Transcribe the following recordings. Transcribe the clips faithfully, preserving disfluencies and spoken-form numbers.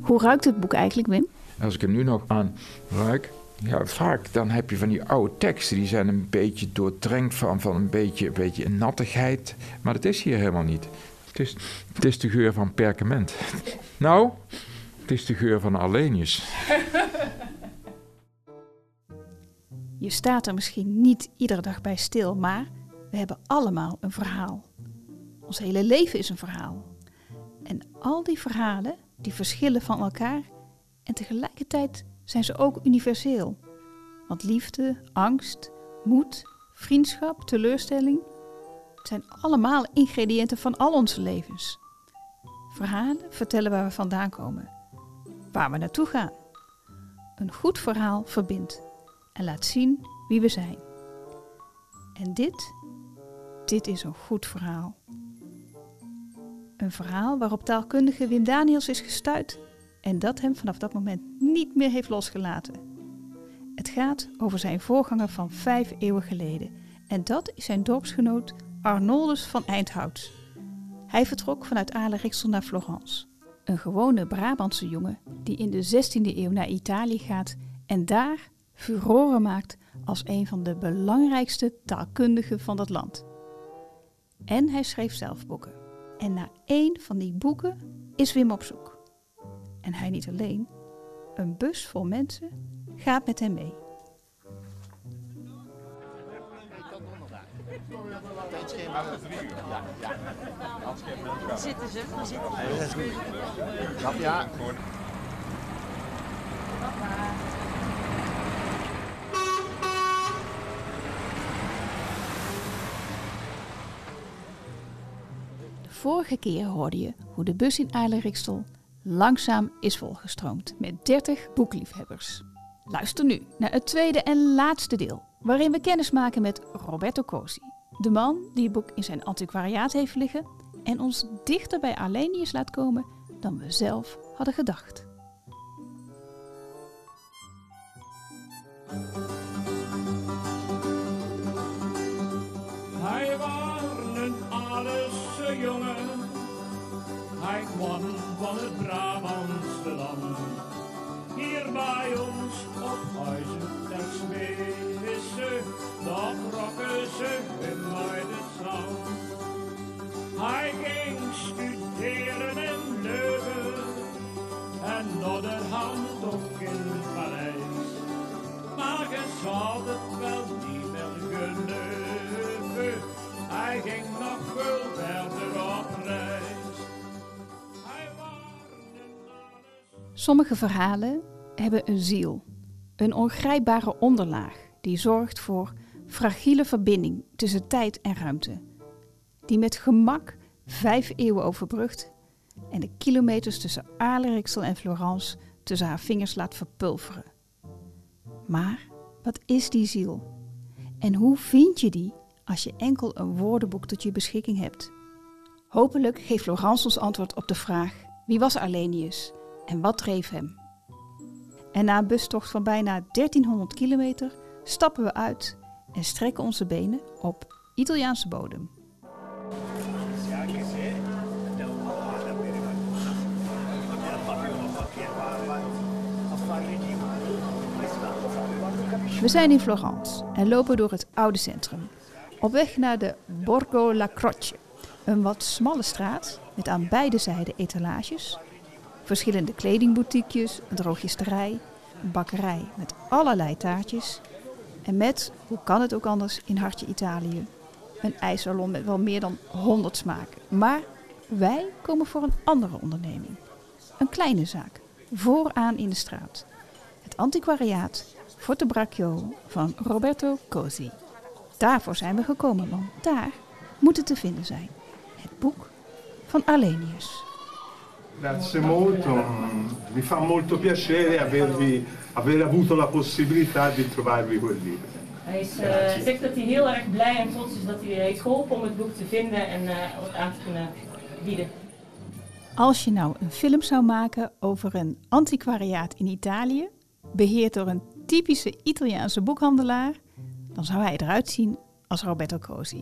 Hoe ruikt het boek eigenlijk, Wim? Als ik er nu nog aan ruik, ja, vaak dan heb je van die oude teksten, die zijn een beetje doordrenkt van, van een beetje, een beetje nattigheid. Maar dat is hier helemaal niet. Het is, het is de geur van perkament. Nou, het is de geur van Arlenius. Je staat er misschien niet iedere dag bij stil, maar we hebben allemaal een verhaal. Ons hele leven is een verhaal. En al die verhalen, die verschillen van elkaar en tegelijkertijd zijn ze ook universeel. Want liefde, angst, moed, vriendschap, teleurstelling, het zijn allemaal ingrediënten van al onze levens. Verhalen vertellen waar we vandaan komen, waar we naartoe gaan. Een goed verhaal verbindt en laat zien wie we zijn. En dit, dit is een goed verhaal. Een verhaal waarop taalkundige Wim Daniels is gestuit en dat hem vanaf dat moment niet meer heeft losgelaten. Het gaat over zijn voorganger van vijf eeuwen geleden en dat is zijn dorpsgenoot Arnoldus van Eindhout. Hij vertrok vanuit Aarle-Rixel naar Florence. Een gewone Brabantse jongen die in de zestiende eeuw naar Italië gaat en daar furoren maakt als een van de belangrijkste taalkundigen van dat land. En hij schreef zelf boeken. En naar één van die boeken is Wim op zoek. En hij niet alleen. Een bus vol mensen gaat met hem mee. Daar zitten ze, daar zitten ze. Ja, ja. De vorige keer hoorde je hoe de bus in Aarle-Rixel langzaam is volgestroomd met dertig boekliefhebbers. Luister nu naar het tweede en laatste deel, waarin we kennis maken met Roberto Cosi. De man die het boek in zijn antiquariaat heeft liggen en ons dichter bij Arlenius laat komen dan we zelf hadden gedacht. Hij was een Aarlese jongen, hij kwam van het Brabantse land. Hier bij ons op huizen ter Smisse, daar trokken ze hem uit het zand. Hij ging studeren in Leuven en naderhand ook in Parijs. Maar je zal het wel niet meer geloven, hij ging nog veel verder op reis. Hij was een alles... Sommige verhalen hebben een ziel, een ongrijpbare onderlaag die zorgt voor fragiele verbinding tussen tijd en ruimte, die met gemak vijf eeuwen overbrugt en de kilometers tussen Aarle-Rixel en Florence tussen haar vingers laat verpulveren. Maar wat is die ziel? En hoe vind je die als je enkel een woordenboek tot je beschikking hebt? Hopelijk geeft Florence ons antwoord op de vraag: wie was Arlenius en wat dreef hem? En na een bustocht van bijna dertienhonderd kilometer stappen we uit en strekken onze benen op Italiaanse bodem. We zijn in Florence en lopen door het oude centrum, op weg naar de Borgo La Croce, een wat smalle straat met aan beide zijden etalages, verschillende kledingboutiquejes, een drogisterij, een bakkerij met allerlei taartjes en met, hoe kan het ook anders in hartje Italië, een ijssalon met wel meer dan honderd smaken. Maar wij komen voor een andere onderneming, een kleine zaak, vooraan in de straat, het antiquariaat Forte Braccio van Roberto Cosi. Daarvoor zijn we gekomen, want daar moet het te vinden zijn. Het boek van Arlenius. Grazie molto, mi fa molto piacere avervi, aver avuto la possibilità di trovarvi quel libro. Hij is, uh, zegt dat hij heel erg blij en trots is dat hij heeft geholpen om het boek te vinden en uh, wat aan te kunnen bieden. Als je nou een film zou maken over een antiquariaat in Italië, beheerd door een typische Italiaanse boekhandelaar, dan zou hij eruit zien als Roberto Cosi.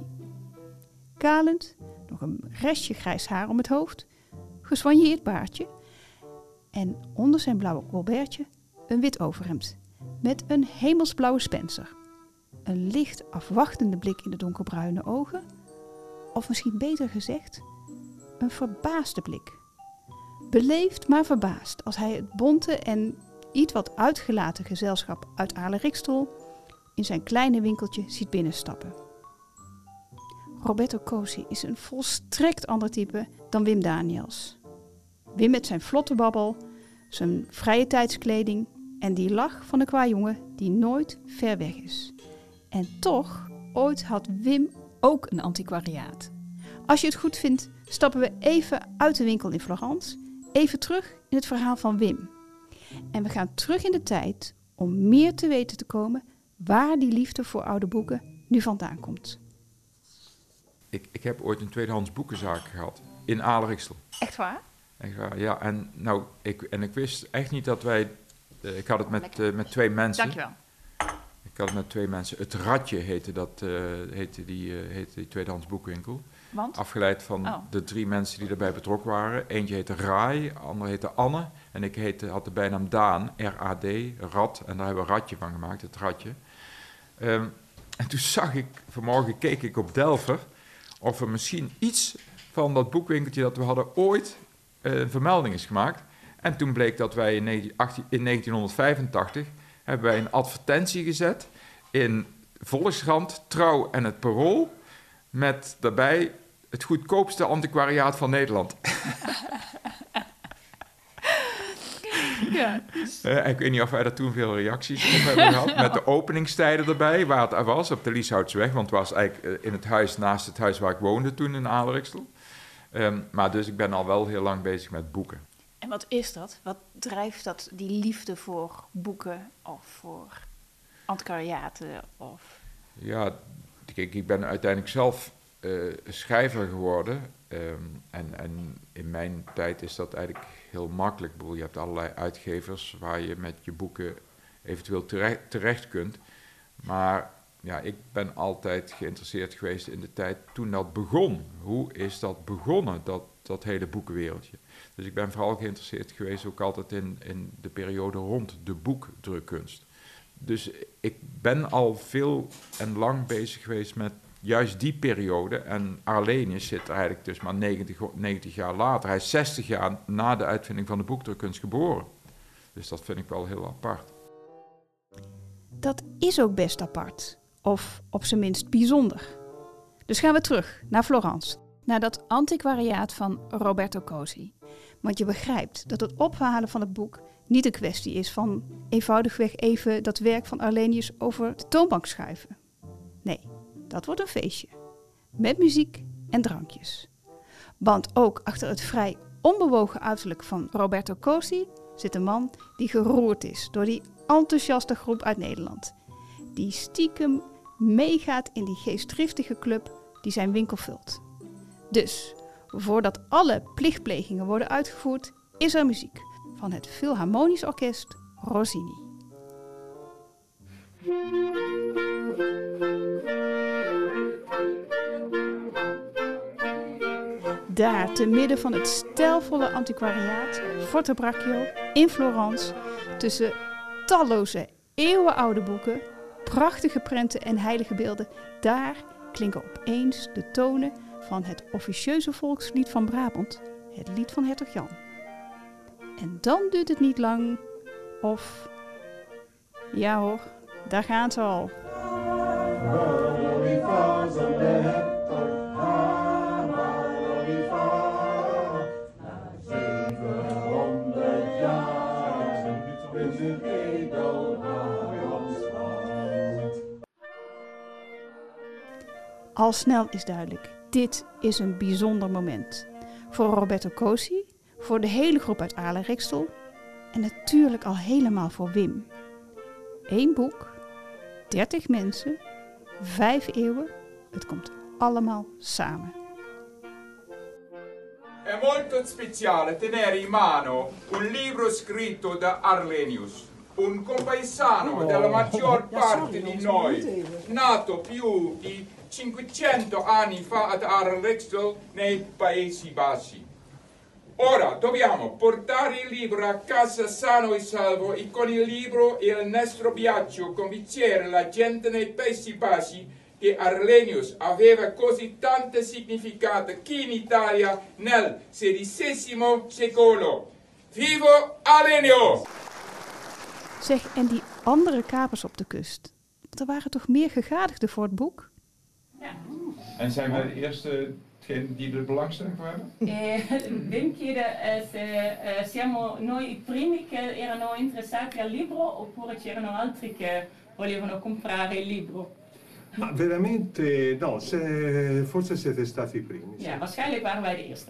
Kalend, nog een restje grijs haar om het hoofd, gesoigneerd baardje En onder zijn blauwe colbertje een wit overhemd met een hemelsblauwe spencer. Een licht afwachtende blik in de donkerbruine ogen. Of misschien beter gezegd, een verbaasde blik. Beleefd maar verbaasd als hij het bonte en iets wat uitgelaten gezelschap uit Aarle-Rikstel in zijn kleine winkeltje ziet binnenstappen. Roberto Cosi is een volstrekt ander type dan Wim Daniels. Wim met zijn vlotte babbel, zijn vrije tijdskleding en die lach van de kwajongen die nooit ver weg is. En toch, ooit had Wim ook een antiquariaat. Als je het goed vindt, stappen we even uit de winkel in Florence, even terug in het verhaal van Wim. En we gaan terug in de tijd om meer te weten te komen waar die liefde voor oude boeken nu vandaan komt. Ik, ik heb ooit een tweedehands boekenzaak gehad in Aarle-Rikstel. Echt waar? Echt waar, ja. En, nou, ik, en ik wist echt niet dat wij... Uh, ik had het met, uh, met twee mensen. Dankjewel. Ik had het met twee mensen. Het Ratje heette, dat, uh, heette, die, uh, heette die tweedehands boekwinkel. Want? Afgeleid van oh. de drie mensen die erbij betrokken waren. Eentje heette Rai, de andere heette Anne. En ik heette, had de bijnaam Daan, R A D, Rat. En daar hebben we Ratje van gemaakt, het Ratje. Um, en toen zag ik, vanmorgen keek ik op Delver... of er misschien iets van dat boekwinkeltje dat we hadden ooit uh, een vermelding is gemaakt. En toen bleek dat wij in, in negentien vijfentachtig... hebben wij een advertentie gezet in Volkskrant, Trouw en het Parool... met daarbij het goedkoopste antiquariaat van Nederland. Ja. Uh, ik weet niet of wij daar toen veel reacties op hebben gehad. Met de openingstijden erbij, waar het er was, op de Lieshoutsweg. Want het was eigenlijk in het huis naast het huis waar ik woonde toen in Aarle-Rikstel. Um, maar dus ik ben al wel heel lang bezig met boeken. En wat is dat? Wat drijft dat, die liefde voor boeken of voor antiquariaten? Of... Ja, kijk, ik ben uiteindelijk zelf uh, schrijver geworden. Um, en, en in mijn tijd is dat eigenlijk heel makkelijk. Ik bedoel, je hebt allerlei uitgevers waar je met je boeken eventueel terecht, terecht kunt. Maar ja, ik ben altijd geïnteresseerd geweest in de tijd toen dat begon. Hoe is dat begonnen, dat, dat hele boekenwereldje? Dus ik ben vooral geïnteresseerd geweest ook altijd in, in de periode rond de boekdrukkunst. Dus ik ben al veel en lang bezig geweest met juist die periode. En Arlenius zit eigenlijk dus maar negentig, negentig jaar later. Hij is zestig jaar na de uitvinding van de boekdrukkunst geboren. Dus dat vind ik wel heel apart. Dat is ook best apart. Of op zijn minst bijzonder. Dus gaan we terug naar Florence. Naar dat antiquariaat van Roberto Cosi. Want je begrijpt dat het ophalen van het boek niet een kwestie is van eenvoudigweg even dat werk van Arlenius over de toonbank schuiven. Nee, dat wordt een feestje. Met muziek en drankjes. Want ook achter het vrij onbewogen uiterlijk van Roberto Cosi zit een man die geroerd is door die enthousiaste groep uit Nederland. Die stiekem meegaat in die geestdriftige club die zijn winkel vult. Dus, voordat alle plichtplegingen worden uitgevoerd, is er muziek van het Philharmonisch Orkest Rossini. Daar, te midden van het stijlvolle antiquariaat Forte Braccio in Florence, tussen talloze eeuwenoude boeken, prachtige prenten en heilige beelden, daar klinken opeens de tonen van het officieuze volkslied van Brabant, het lied van hertog Jan. En dan duurt het niet lang, of... Ja hoor, daar gaan ze al. Al snel is duidelijk, dit is een bijzonder moment. Voor Roberto Cosi, voor de hele groep uit Aarle-Rikstel en natuurlijk al helemaal voor Wim. Eén boek, dertig mensen, vijf eeuwen, het komt allemaal samen. È molto speciale tenere in mano un libro scritto da Arlenius, un compaesano della maggior parte di noi, nato più di cinquecento anni fa ad Aarle-Rikstel nei Paesi Bassi. Ora dobbiamo portare il libro a casa sano e salvo e con il libro e il nostro viaggio convincere la gente nei Paesi Bassi che Arrhenius aveva così tanto significato qui in Italia nel sedicesimo secolo. Vivo Arrhenius! Zeg, en die andere kapers op de kust? Want er waren toch meer gegadigden voor het boek? Ja. En zijn wij de eerste die er belangstelling voor hebben? Eh, Wim chiede eh, se eh, siamo noi i primi che erano interessati al libro oppure c'erano altri che volevano comprare il libro. Ma veramente no, se, forse siete stati i primi. Ja, sì. waarschijnlijk waren wij de eerste.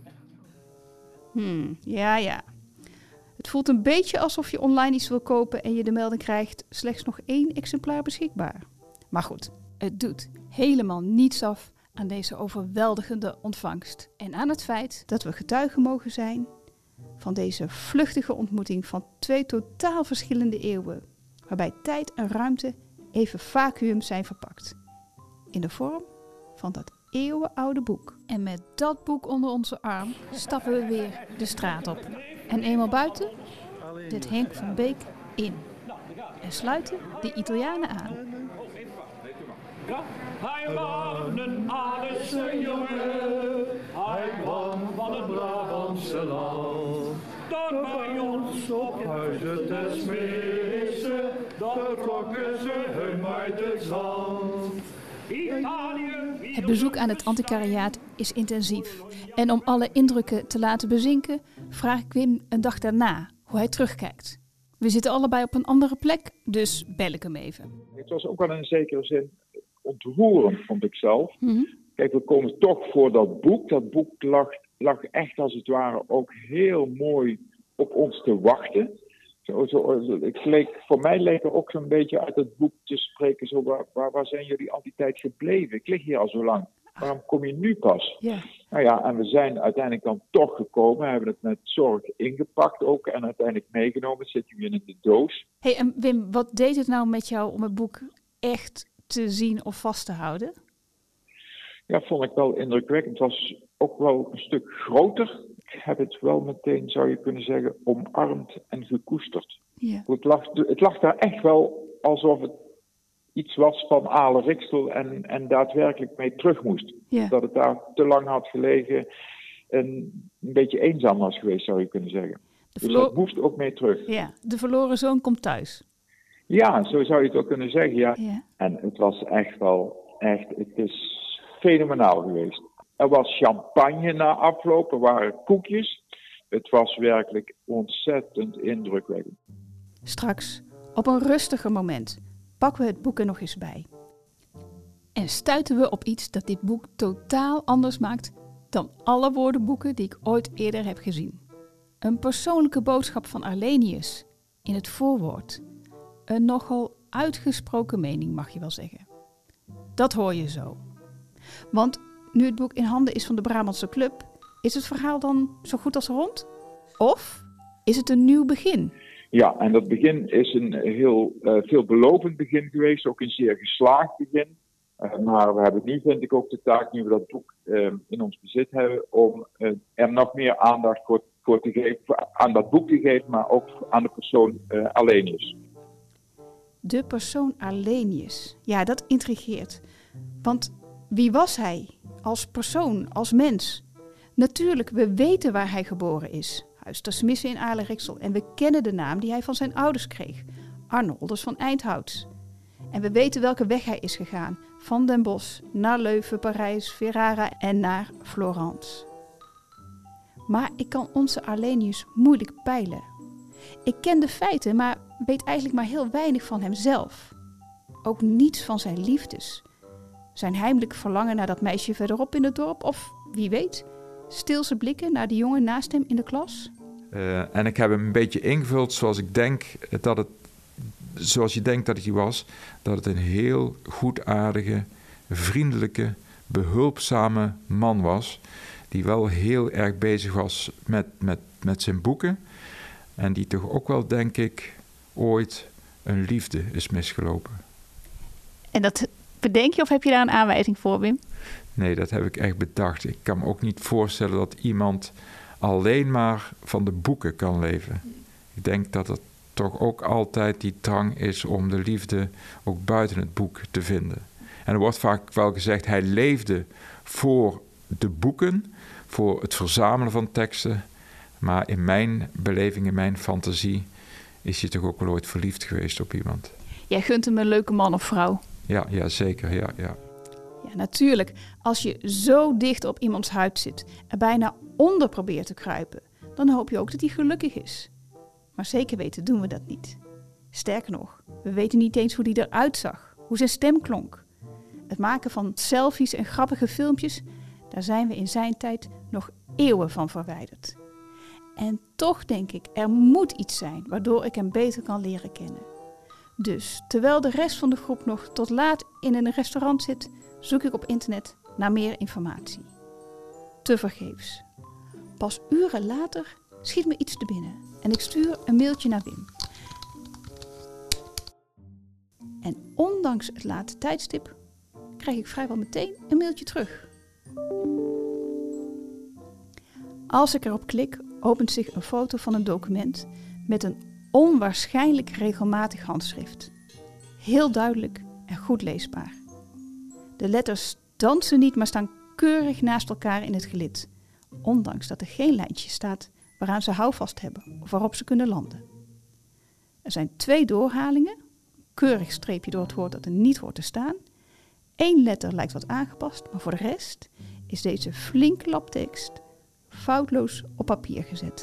Hmm, ja, ja. Het voelt een beetje alsof je online iets wil kopen en je de melding krijgt slechts nog één exemplaar beschikbaar. Maar goed, het doet helemaal niets af aan deze overweldigende ontvangst. En aan het feit dat we getuigen mogen zijn van deze vluchtige ontmoeting van twee totaal verschillende eeuwen, waarbij tijd en ruimte even vacuüm zijn verpakt. In de vorm van dat eeuwenoude boek. En met dat boek onder onze arm stappen we weer de straat op. En eenmaal buiten dit Henk van Beek in. En sluiten de Italianen aan. Ja, hij was een aardige jongen, hij kwam van het Brabantse land. Daar bij ons op huizen te smezen, daar trokken ze hun uit het zand. Italië... Het bezoek aan het antiquariaat is intensief. En om alle indrukken te laten bezinken, vraag ik Wim een dag daarna hoe hij terugkijkt. We zitten allebei op een andere plek, dus bel ik hem even. Het was ook wel in zekere zin ontroerend, vond ik zelf. Mm-hmm. Kijk, we komen toch voor dat boek. Dat boek lag, lag echt als het ware ook heel mooi op ons te wachten. Zo, zo, ik leek, voor mij leek er ook zo'n beetje uit het boek te spreken. Zo, waar, waar, waar zijn jullie al die tijd gebleven? Ik lig hier al zo lang. Waarom kom je nu pas? Yeah. Nou ja, en we zijn uiteindelijk dan toch gekomen. Hebben het met zorg ingepakt ook. En uiteindelijk meegenomen. Het zit weer in de doos. Hey, en Wim, wat deed het nou met jou om het boek echt te zien of vast te houden? Ja, vond ik wel indrukwekkend. Het was ook wel een stuk groter. Ik heb het wel meteen, zou je kunnen zeggen, omarmd en gekoesterd. Ja. Het lag, het lag daar echt wel alsof het iets was van Ale Rixel en, en daadwerkelijk mee terug moest. Ja. Dat het daar te lang had gelegen en een beetje eenzaam was geweest, zou je kunnen zeggen. De Dus verlo- dat moest ook mee terug. Ja, de verloren zoon komt thuis. Ja, zo zou je het wel kunnen zeggen, ja. Ja. En het was echt wel, echt, het is fenomenaal geweest. Er was champagne na afloop, er waren koekjes. Het was werkelijk ontzettend indrukwekkend. Straks, op een rustiger moment, pakken we het boek er nog eens bij. En stuiten we op iets dat dit boek totaal anders maakt dan alle woordenboeken die ik ooit eerder heb gezien. Een persoonlijke boodschap van Arrhenius in het voorwoord. Een nogal uitgesproken mening, mag je wel zeggen. Dat hoor je zo. Want nu het boek in handen is van de Brabantse Club, is het verhaal dan zo goed als rond? Of is het een nieuw begin? Ja, en dat begin is een heel uh, veelbelovend begin geweest, ook een zeer geslaagd begin. Uh, maar we hebben nu, vind ik, ook de taak, nu we dat boek uh, in ons bezit hebben, om uh, er nog meer aandacht voor, voor te geven, aan dat boek te geven, maar ook aan de persoon uh, Arrhenius. De persoon Arrhenius. Ja, dat intrigeert. Want wie was hij? Als persoon, als mens? Natuurlijk, we weten waar hij geboren is. Huis ter Smisse in Aarle-Rixel. En we kennen de naam die hij van zijn ouders kreeg. Arnoldus van Eindhouts. En we weten welke weg hij is gegaan. Van Den Bosch naar Leuven, Parijs, Ferrara en naar Florence. Maar ik kan onze Arrhenius moeilijk peilen. Ik ken de feiten, maar weet eigenlijk maar heel weinig van hemzelf. Ook niets van zijn liefdes. Zijn heimelijk verlangen naar dat meisje verderop in het dorp? Of, wie weet, stilse blikken naar die jongen naast hem in de klas? Uh, en ik heb hem een beetje ingevuld zoals ik denk dat het, zoals je denkt dat hij was. Dat het een heel goedaardige, vriendelijke, behulpzame man was. Die wel heel erg bezig was met, met, met zijn boeken. En die toch ook wel, denk ik, ooit een liefde is misgelopen. En dat bedenk je of heb je daar een aanwijzing voor, Wim? Nee, dat heb ik echt bedacht. Ik kan me ook niet voorstellen dat iemand alleen maar van de boeken kan leven. Ik denk dat het toch ook altijd die drang is om de liefde ook buiten het boek te vinden. En er wordt vaak wel gezegd, hij leefde voor de boeken, voor het verzamelen van teksten. Maar in mijn beleving, in mijn fantasie, is hij toch ook wel ooit verliefd geweest op iemand. Jij gunt hem een leuke man of vrouw? Ja, ja zeker, ja, ja. Ja, natuurlijk. Als je zo dicht op iemands huid zit en bijna onder probeert te kruipen, dan hoop je ook dat hij gelukkig is. Maar zeker weten doen we dat niet. Sterker nog, we weten niet eens hoe hij eruit zag, hoe zijn stem klonk. Het maken van selfies en grappige filmpjes, daar zijn we in zijn tijd nog eeuwen van verwijderd. En toch denk ik, er moet iets zijn waardoor ik hem beter kan leren kennen. Dus, terwijl de rest van de groep nog tot laat in een restaurant zit, zoek ik op internet naar meer informatie. Tevergeefs. Pas uren later schiet me iets te binnen en ik stuur een mailtje naar Wim. En ondanks het late tijdstip krijg ik vrijwel meteen een mailtje terug. Als ik erop klik, opent zich een foto van een document met een onwaarschijnlijk regelmatig handschrift. Heel duidelijk en goed leesbaar. De letters dansen niet, maar staan keurig naast elkaar in het gelid, ondanks dat er geen lijntje staat waaraan ze houvast hebben of waarop ze kunnen landen. Er zijn twee doorhalingen, keurig streepje door het woord dat er niet hoort te staan. Eén letter lijkt wat aangepast, maar voor de rest is deze flinke lap tekst foutloos op papier gezet.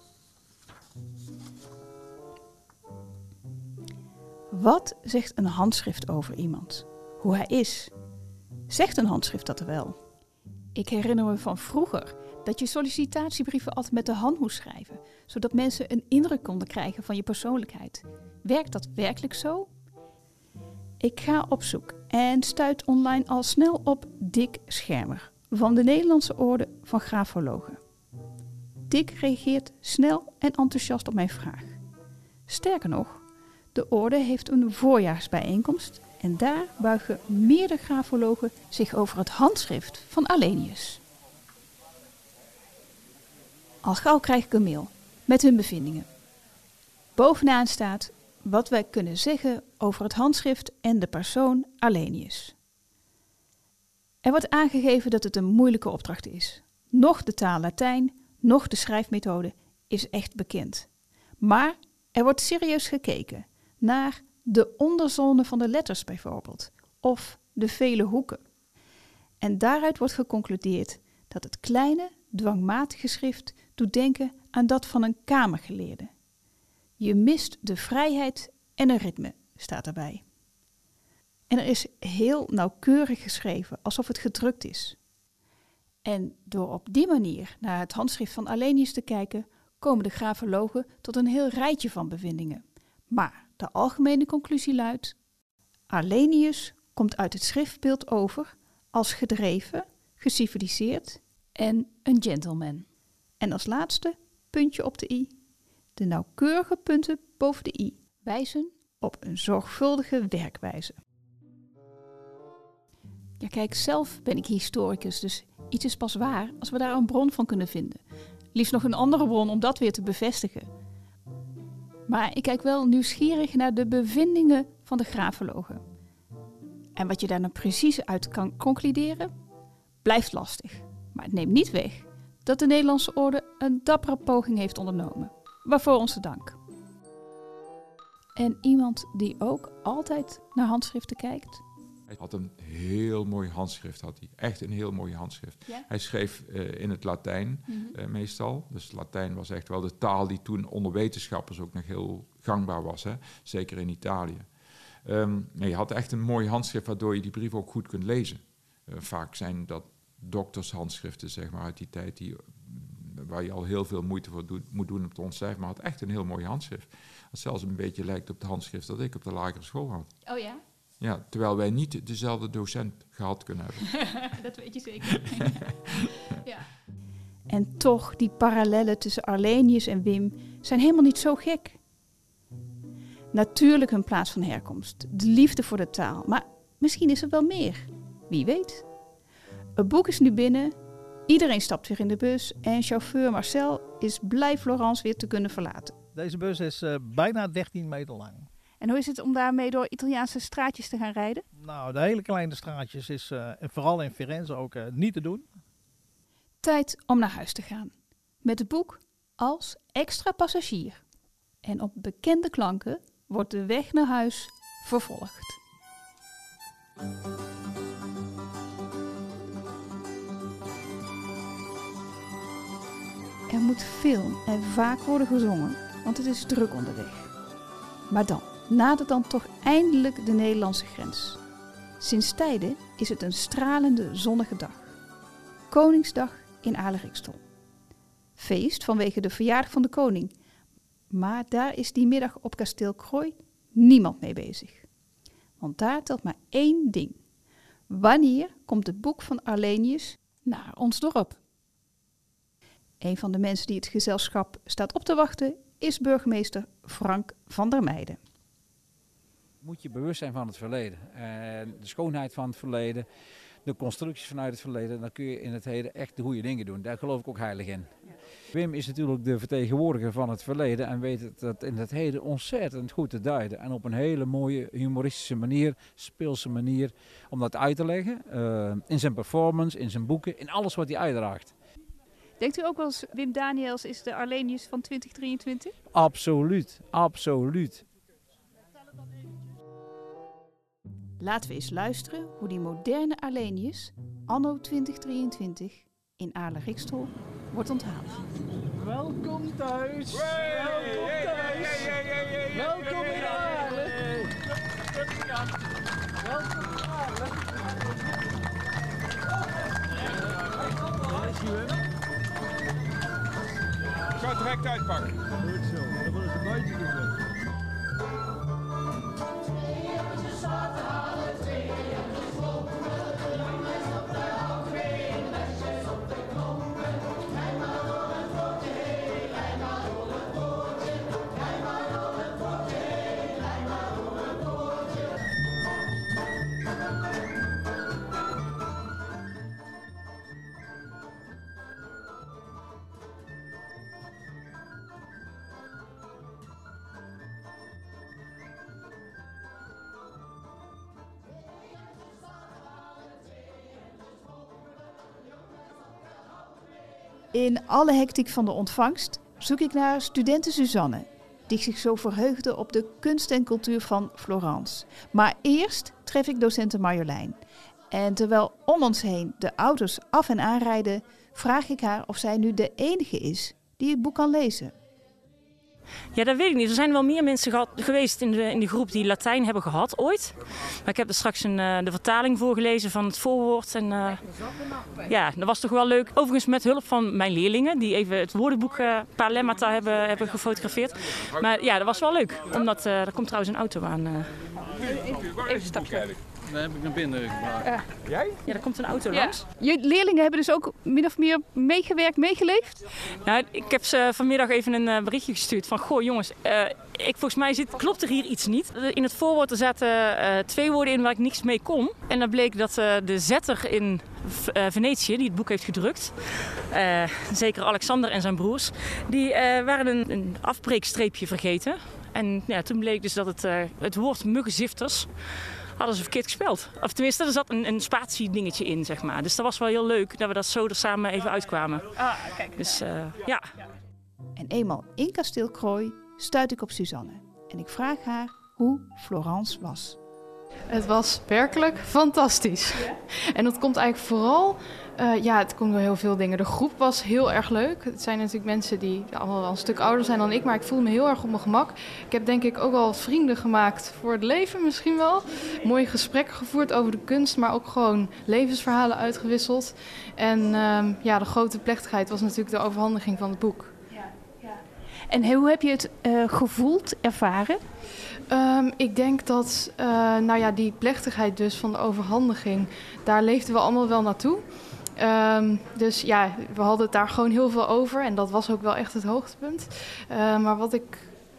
Wat zegt een handschrift over iemand? Hoe hij is? Zegt een handschrift dat er wel? Ik herinner me van vroeger dat je sollicitatiebrieven altijd met de hand moest schrijven, zodat mensen een indruk konden krijgen van je persoonlijkheid. Werkt dat werkelijk zo? Ik ga op zoek en stuit online al snel op Dick Schermer van de Nederlandse Orde van Grafologen. Dick reageert snel en enthousiast op mijn vraag. Sterker nog, de orde heeft een voorjaarsbijeenkomst en daar buigen meerdere grafologen zich over het handschrift van Arlenius. Al gauw krijg ik een mail met hun bevindingen. Bovenaan staat wat wij kunnen zeggen over het handschrift en de persoon Arlenius. Er wordt aangegeven dat het een moeilijke opdracht is. Nog de taal Latijn, nog de schrijfmethode is echt bekend. Maar er wordt serieus gekeken naar de onderzone van de letters bijvoorbeeld, of de vele hoeken. En daaruit wordt geconcludeerd dat het kleine, dwangmatige schrift doet denken aan dat van een kamergeleerde. Je mist de vrijheid en een ritme, staat erbij. En er is heel nauwkeurig geschreven, alsof het gedrukt is. En door op die manier naar het handschrift van Arlenius te kijken, komen de grafologen tot een heel rijtje van bevindingen. Maar de algemene conclusie luidt: Arlenius komt uit het schriftbeeld over als gedreven, geciviliseerd en een gentleman. En als laatste, puntje op de i, de nauwkeurige punten boven de i wijzen op een zorgvuldige werkwijze. Ja, kijk, zelf ben ik historicus, dus iets is pas waar als we daar een bron van kunnen vinden. Liefst nog een andere bron om dat weer te bevestigen. Maar ik kijk wel nieuwsgierig naar de bevindingen van de grafologen. En wat je daar nou precies uit kan concluderen, blijft lastig. Maar het neemt niet weg dat de Nederlandse Orde een dappere poging heeft ondernomen. Waarvoor onze dank. En iemand die ook altijd naar handschriften kijkt? Hij had een heel mooi handschrift, had hij. Echt een heel mooi handschrift. Ja? Hij schreef uh, in het Latijn Mm-hmm. uh, meestal. Dus Latijn was echt wel de taal die toen onder wetenschappers ook nog heel gangbaar was. Hè? Zeker in Italië. Um, nee, hij had echt een mooi handschrift waardoor je die brief ook goed kunt lezen. Uh, vaak zijn dat doktershandschriften, zeg maar, uit die tijd, die, waar je al heel veel moeite voor doet, moet doen om te ontcijferen. Maar hij had echt een heel mooi handschrift. Dat zelfs een beetje lijkt op de handschrift dat ik op de lagere school had. Oh ja? Ja, terwijl wij niet dezelfde docent gehad kunnen hebben. Dat weet je zeker. Ja. En toch, die parallellen tussen Arlenius en Wim zijn helemaal niet zo gek. Natuurlijk hun plaats van herkomst, de liefde voor de taal, maar misschien is er wel meer. Wie weet. Het boek is nu binnen Iedereen stapt weer in de bus en chauffeur Marcel is blij Florence weer te kunnen verlaten. Deze bus is uh, bijna dertien meter lang. En hoe is het om daarmee door Italiaanse straatjes te gaan rijden? Nou, de hele kleine straatjes is uh, vooral in Firenze ook uh, niet te doen. Tijd om naar huis te gaan. Met het boek als extra passagier. En op bekende klanken wordt de weg naar huis vervolgd. Er moet veel en vaak worden gezongen, want het is druk onderweg. Maar dan nadert dan toch eindelijk de Nederlandse grens. Sinds tijden is het een stralende zonnige dag. Koningsdag in Aarle-Rikstel. Feest vanwege de verjaardag van de koning. Maar daar is die middag op kasteel Krooi niemand mee bezig. Want daar telt maar één ding. Wanneer komt het boek van Arlenius naar ons dorp? Een van de mensen die het gezelschap staat op te wachten is burgemeester Frank van der Meijden. Moet je bewust zijn van het verleden. Uh, de schoonheid van het verleden, de constructies vanuit het verleden. Dan kun je in het heden echt de goede dingen doen. Daar geloof ik ook heilig in. Ja. Wim is natuurlijk de vertegenwoordiger van het verleden en weet het dat in het heden ontzettend goed te duiden. En op een hele mooie humoristische manier, speelse manier om dat uit te leggen. Uh, in zijn performance, in zijn boeken, in alles wat hij uitdraagt. Denkt u ook wel eens, Wim Daniels is de Arlenius van twintig drieëntwintig? Absoluut, absoluut. Laten we eens luisteren hoe die moderne Arlenius anno twintig drieëntwintig in Aarle-Rikstel wordt onthaald. Welkom thuis! Welkom thuis! Welkom in Aarle! Welkom in Aarle! Ik ga het direct uitpakken. Goed zo, dan willen ze een buitje doen. In alle hectiek van de ontvangst zoek ik naar studenten Suzanne, die zich zo verheugde op de kunst en cultuur van Florence. Maar eerst tref ik docente Marjolein. En terwijl om ons heen de auto's af en aanrijden, vraag ik haar of zij nu de enige is die het boek kan lezen. Ja, dat weet ik niet. Er zijn wel meer mensen gehad, geweest in de, in de groep die Latijn hebben gehad ooit. Maar ik heb er straks een, uh, de vertaling voorgelezen van het voorwoord. En uh, ja, dat was toch wel leuk. Overigens met hulp van mijn leerlingen, die even het woordenboek uh, paar lemmata hebben, hebben gefotografeerd. Maar ja, dat was wel leuk. Omdat, uh, er komt trouwens een auto aan. Uh. Even stapje. Daar heb ik naar binnen gevraagd. Uh, Jij? Ja, er komt een auto ja. langs. Je leerlingen hebben dus ook min of meer meegewerkt, meegeleefd? Nou, ik heb ze vanmiddag even een uh, berichtje gestuurd van... Goh jongens, uh, ik, volgens mij zit, klopt er hier iets niet. In het voorwoord er zaten uh, twee woorden in waar ik niks mee kon. En dan bleek dat uh, de zetter in uh, Venetië, die het boek heeft gedrukt... Uh, zeker Alexander en zijn broers... die uh, waren een, een afbreekstreepje vergeten. En ja, toen bleek dus dat het, uh, het woord muggenzifters... hadden ze verkeerd gespeld. Of tenminste, er zat een, een spatie-dingetje in, zeg maar. Dus dat was wel heel leuk dat we dat zo er samen even uitkwamen. Ah, kijk. Dus uh, ja. En eenmaal in kasteel Krooi stuit ik op Suzanne. En ik vraag haar hoe Florence was. Het was werkelijk fantastisch. Ja? En dat komt eigenlijk vooral... Uh, ja, het komt door heel veel dingen. De groep was heel erg leuk. Het zijn natuurlijk mensen die allemaal wel een stuk ouder zijn dan ik, maar ik voelde me heel erg op mijn gemak. Ik heb denk ik ook wel vrienden gemaakt voor het leven misschien wel. Mooie gesprekken gevoerd over de kunst, maar ook gewoon levensverhalen uitgewisseld. En uh, ja, de grote plechtigheid was natuurlijk de overhandiging van het boek. Ja, ja. En hoe heb je het uh, gevoeld, ervaren? Um, ik denk dat uh, nou ja, die plechtigheid dus van de overhandiging, daar leefden we allemaal wel naartoe. Um, dus ja, we hadden het daar gewoon heel veel over en dat was ook wel echt het hoogtepunt. Uh, maar wat ik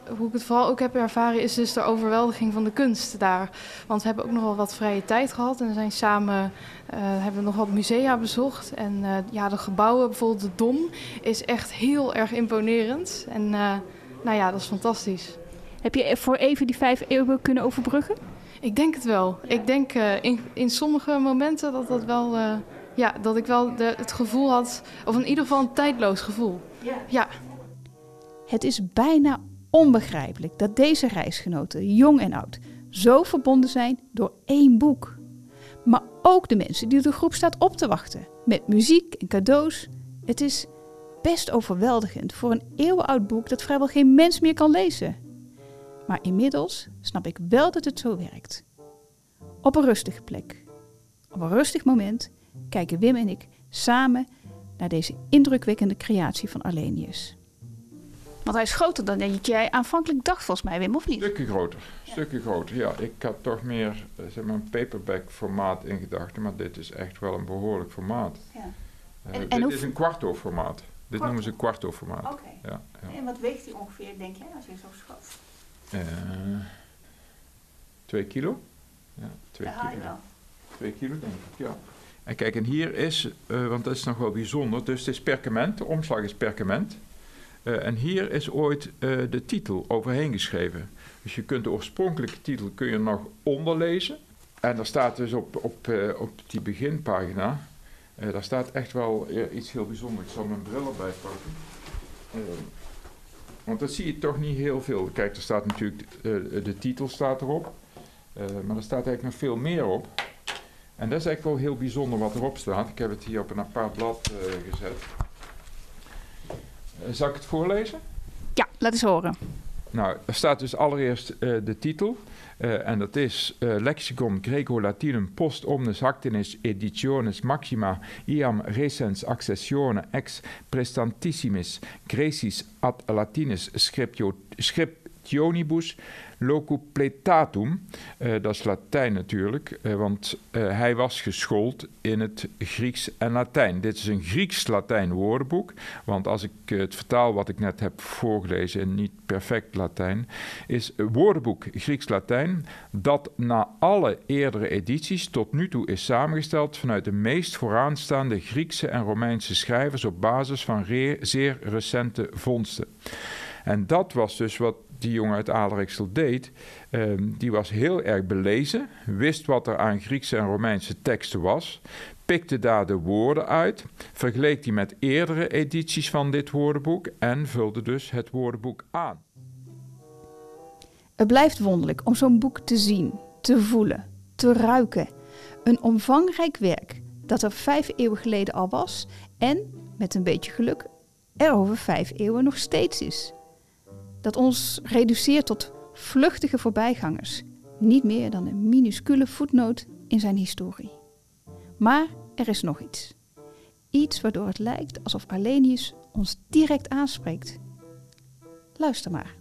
hoe ik het vooral ook heb ervaren is dus de overweldiging van de kunst daar. Want we hebben ook nog wel wat vrije tijd gehad en we zijn samen, uh, hebben we nog wat musea bezocht. En uh, ja, de gebouwen, bijvoorbeeld de Dom, is echt heel erg imponerend. En uh, nou ja, dat is fantastisch. Heb je voor even die vijf eeuwen kunnen overbruggen? Ik denk het wel. Ja. Ik denk uh, in, in sommige momenten dat dat wel, uh, ja, dat ik wel de, het gevoel had, of in ieder geval een tijdloos gevoel. Ja. ja. Het is bijna onbegrijpelijk dat deze reisgenoten, jong en oud, zo verbonden zijn door één boek. Maar ook de mensen die de groep staat op te wachten, met muziek en cadeaus. Het is best overweldigend voor een eeuwenoud boek dat vrijwel geen mens meer kan lezen. Maar inmiddels snap ik wel dat het zo werkt. Op een rustige plek, op een rustig moment, kijken Wim en ik samen naar deze indrukwekkende creatie van Arlenius. Want hij is groter dan dat jij aanvankelijk dacht, volgens mij, Wim, of niet? Stukje groter, ja. stukje groter, ja. Ik had toch meer zeg maar, een paperback formaat in gedachten, maar dit is echt wel een behoorlijk formaat. Ja. Uh, en, dit en is een kwarto formaat. Dit kwarto. noemen ze kwarto formaat. Oké. Okay. Ja, ja. En wat weegt hij ongeveer, denk jij, als je zo schat? Uh, twee kilo? Ja, twee ja, kilo. wel. Twee kilo, denk ik, ja. En kijk, en hier is, uh, want dat is nog wel bijzonder, dus het is perkament, de omslag is perkament. Uh, en hier is ooit uh, de titel overheen geschreven. Dus je kunt de oorspronkelijke titel kun je nog onderlezen. En daar staat dus op, op, uh, op die beginpagina, uh, daar staat echt wel uh, iets heel bijzonders. Ik zal mijn bril erbij pakken. Uh, want dat zie je toch niet heel veel. Kijk, er staat natuurlijk, uh, de titel staat erop. Uh, maar er staat eigenlijk nog veel meer op. En dat is eigenlijk wel heel bijzonder wat erop staat. Ik heb het hier op een apart blad uh, gezet. Uh, zal ik het voorlezen? Ja, laat eens horen. Nou, er staat dus allereerst uh, de titel. Uh, en dat is uh, Lexicon Greco-Latinum post omnes actinis editiones maxima iam recens accessione ex prestantissimis Graecis ad Latinis scriptio, scriptionibus locupletatum. Uh, dat is Latijn natuurlijk, uh, want uh, hij was geschoold in het Grieks en Latijn. Dit is een Grieks-Latijn woordenboek, want als ik uh, het vertaal wat ik net heb voorgelezen in niet perfect Latijn, is een woordenboek Grieks-Latijn dat na alle eerdere edities tot nu toe is samengesteld vanuit de meest vooraanstaande Griekse en Romeinse schrijvers op basis van re- zeer recente vondsten. En dat was dus wat die jongen uit Adelrijksel deed. Um, die was heel erg belezen, wist wat er aan Griekse en Romeinse teksten was, pikte daar de woorden uit, vergeleek die met eerdere edities van dit woordenboek en vulde dus het woordenboek aan. Het blijft wonderlijk om zo'n boek te zien, te voelen, te ruiken. Een omvangrijk werk dat er vijf eeuwen geleden al was en, met een beetje geluk, er over vijf eeuwen nog steeds is. Dat ons reduceert tot vluchtige voorbijgangers, niet meer dan een minuscule voetnoot in zijn historie. Maar er is nog iets. Iets waardoor het lijkt alsof Arlenius ons direct aanspreekt. Luister maar.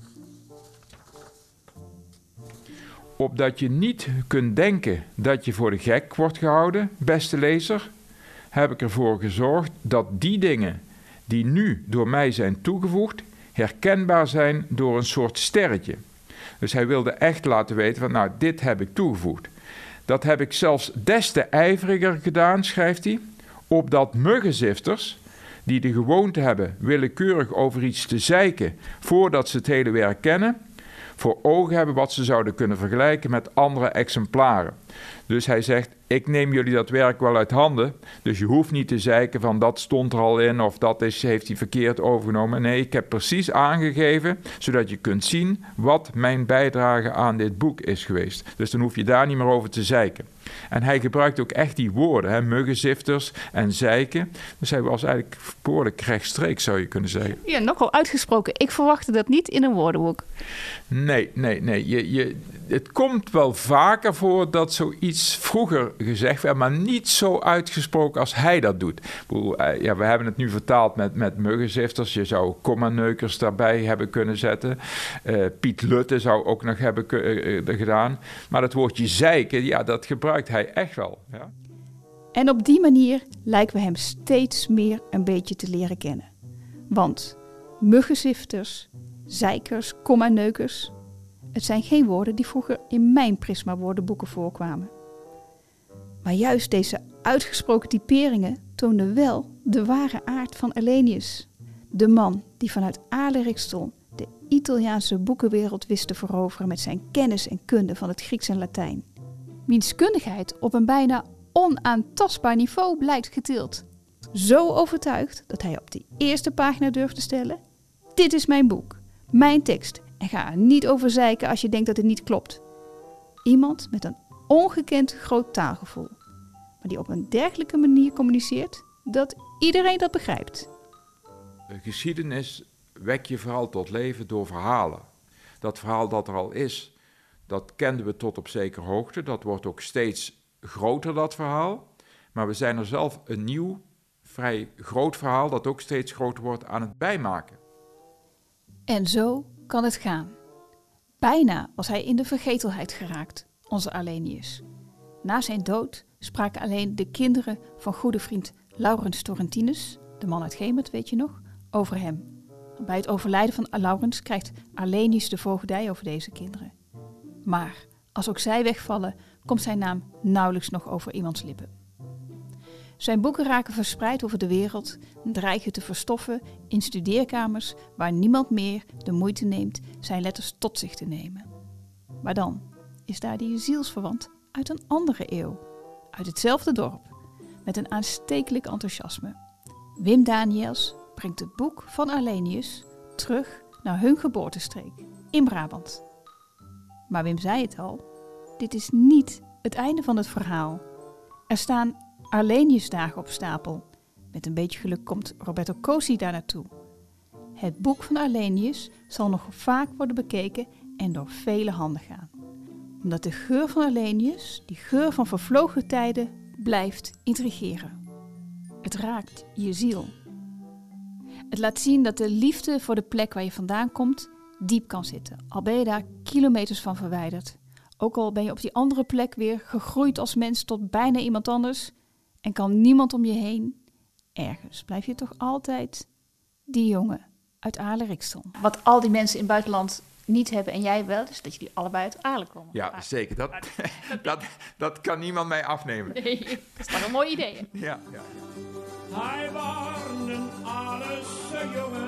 Opdat je niet kunt denken dat je voor de gek wordt gehouden, beste lezer, heb ik ervoor gezorgd dat die dingen die nu door mij zijn toegevoegd, herkenbaar zijn door een soort sterretje. Dus hij wilde echt laten weten van, nou, dit heb ik toegevoegd. Dat heb ik zelfs des te ijveriger gedaan, schrijft hij, opdat muggenzifters, die de gewoonte hebben willekeurig over iets te zeiken voordat ze het hele werk kennen, voor ogen hebben wat ze zouden kunnen vergelijken met andere exemplaren. Dus hij zegt, ik neem jullie dat werk wel uit handen, dus je hoeft niet te zeiken van dat stond er al in of dat is, heeft hij verkeerd overgenomen. Nee, ik heb precies aangegeven, zodat je kunt zien wat mijn bijdrage aan dit boek is geweest. Dus dan hoef je daar niet meer over te zeiken. En hij gebruikt ook echt die woorden, hè, muggenzifters en zeiken. Dus hij was eigenlijk behoorlijk rechtstreeks, zou je kunnen zeggen. Ja, nogal uitgesproken. Ik verwachtte dat niet in een woordenboek. Nee, nee, nee. Je, je, het komt wel vaker voor dat zoiets vroeger gezegd werd, maar niet zo uitgesproken als hij dat doet. Ik bedoel, ja, we hebben het nu vertaald met, met muggenzifters. Je zou kommaneukers daarbij hebben kunnen zetten. Uh, Piet Lutte zou ook nog hebben uh, gedaan. Maar dat woordje zeiken, ja, dat gebruikt hij echt wel. Ja. En op die manier lijken we hem steeds meer een beetje te leren kennen. Want muggenzifters, zeikers, komma-neukers. Het zijn geen woorden die vroeger in mijn Prisma woordenboeken voorkwamen. Maar juist deze uitgesproken typeringen toonden wel de ware aard van Arrhenius. De man die vanuit Aarle-Rixtel de Italiaanse boekenwereld wist te veroveren met zijn kennis en kunde van het Grieks en Latijn. Wiens kundigheid op een bijna onaantastbaar niveau blijkt getild. Zo overtuigd dat hij op de eerste pagina durft te stellen: dit is mijn boek, mijn tekst, en ga er niet over zeiken als je denkt dat het niet klopt. Iemand met een ongekend groot taalgevoel, maar die op een dergelijke manier communiceert dat iedereen dat begrijpt. De geschiedenis wek je vooral tot leven door verhalen. Dat verhaal dat er al is, dat kenden we tot op zekere hoogte. Dat wordt ook steeds groter, dat verhaal. Maar we zijn er zelf een nieuw, vrij groot verhaal, dat ook steeds groter wordt, aan het bijmaken. En zo kan het gaan. Bijna was hij in de vergetelheid geraakt, onze Arrhenius. Na zijn dood spraken alleen de kinderen van goede vriend Laurens Torrentinus, de man uit Gemert, weet je nog, over hem. Bij het overlijden van Laurens krijgt Arrhenius de voogdij over deze kinderen. Maar als ook zij wegvallen, komt zijn naam nauwelijks nog over iemands lippen. Zijn boeken raken verspreid over de wereld en dreigen te verstoffen in studeerkamers waar niemand meer de moeite neemt zijn letters tot zich te nemen. Maar dan is daar die zielsverwant uit een andere eeuw, uit hetzelfde dorp, met een aanstekelijk enthousiasme. Wim Daniels brengt het boek van Arrhenius terug naar hun geboortestreek, in Brabant. Maar Wim zei het al, dit is niet het einde van het verhaal. Er staan Arrheniusdagen op stapel. Met een beetje geluk komt Roberto Cosi daar naartoe. Het boek van Arrhenius zal nog vaak worden bekeken en door vele handen gaan. Omdat de geur van Arrhenius, die geur van vervlogen tijden, blijft intrigeren. Het raakt je ziel. Het laat zien dat de liefde voor de plek waar je vandaan komt diep kan zitten. Al ben je daar kilometers van verwijderd. Ook al ben je op die andere plek weer gegroeid als mens tot bijna iemand anders en kan niemand om je heen, ergens blijf je toch altijd die jongen uit Aarle-Rixtel. Wat al die mensen in het buitenland niet hebben en jij wel, is dat jullie allebei uit Aarle komen. Ja, zeker. Dat, dat, dat kan niemand mij afnemen. Nee, dat is toch een mooi idee. Hè? Ja, ja, ja. Hij was een Aarlese jongen,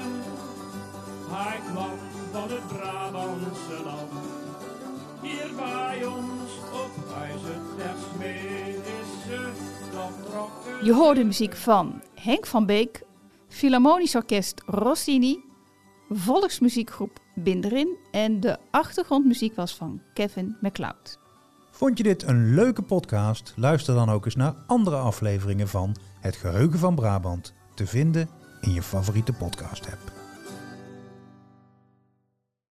hij kwam van het Brabantse land. Hier bij ons op Huizen ter Smeesse, dan trok de... Je hoorde muziek van Henk van Beek, Philharmonisch Orkest Rossini, volksmuziekgroep Binderin en de achtergrondmuziek was van Kevin MacLeod. Vond je dit een leuke podcast? Luister dan ook eens naar andere afleveringen van Het Geheugen van Brabant, te vinden in je favoriete podcast-app.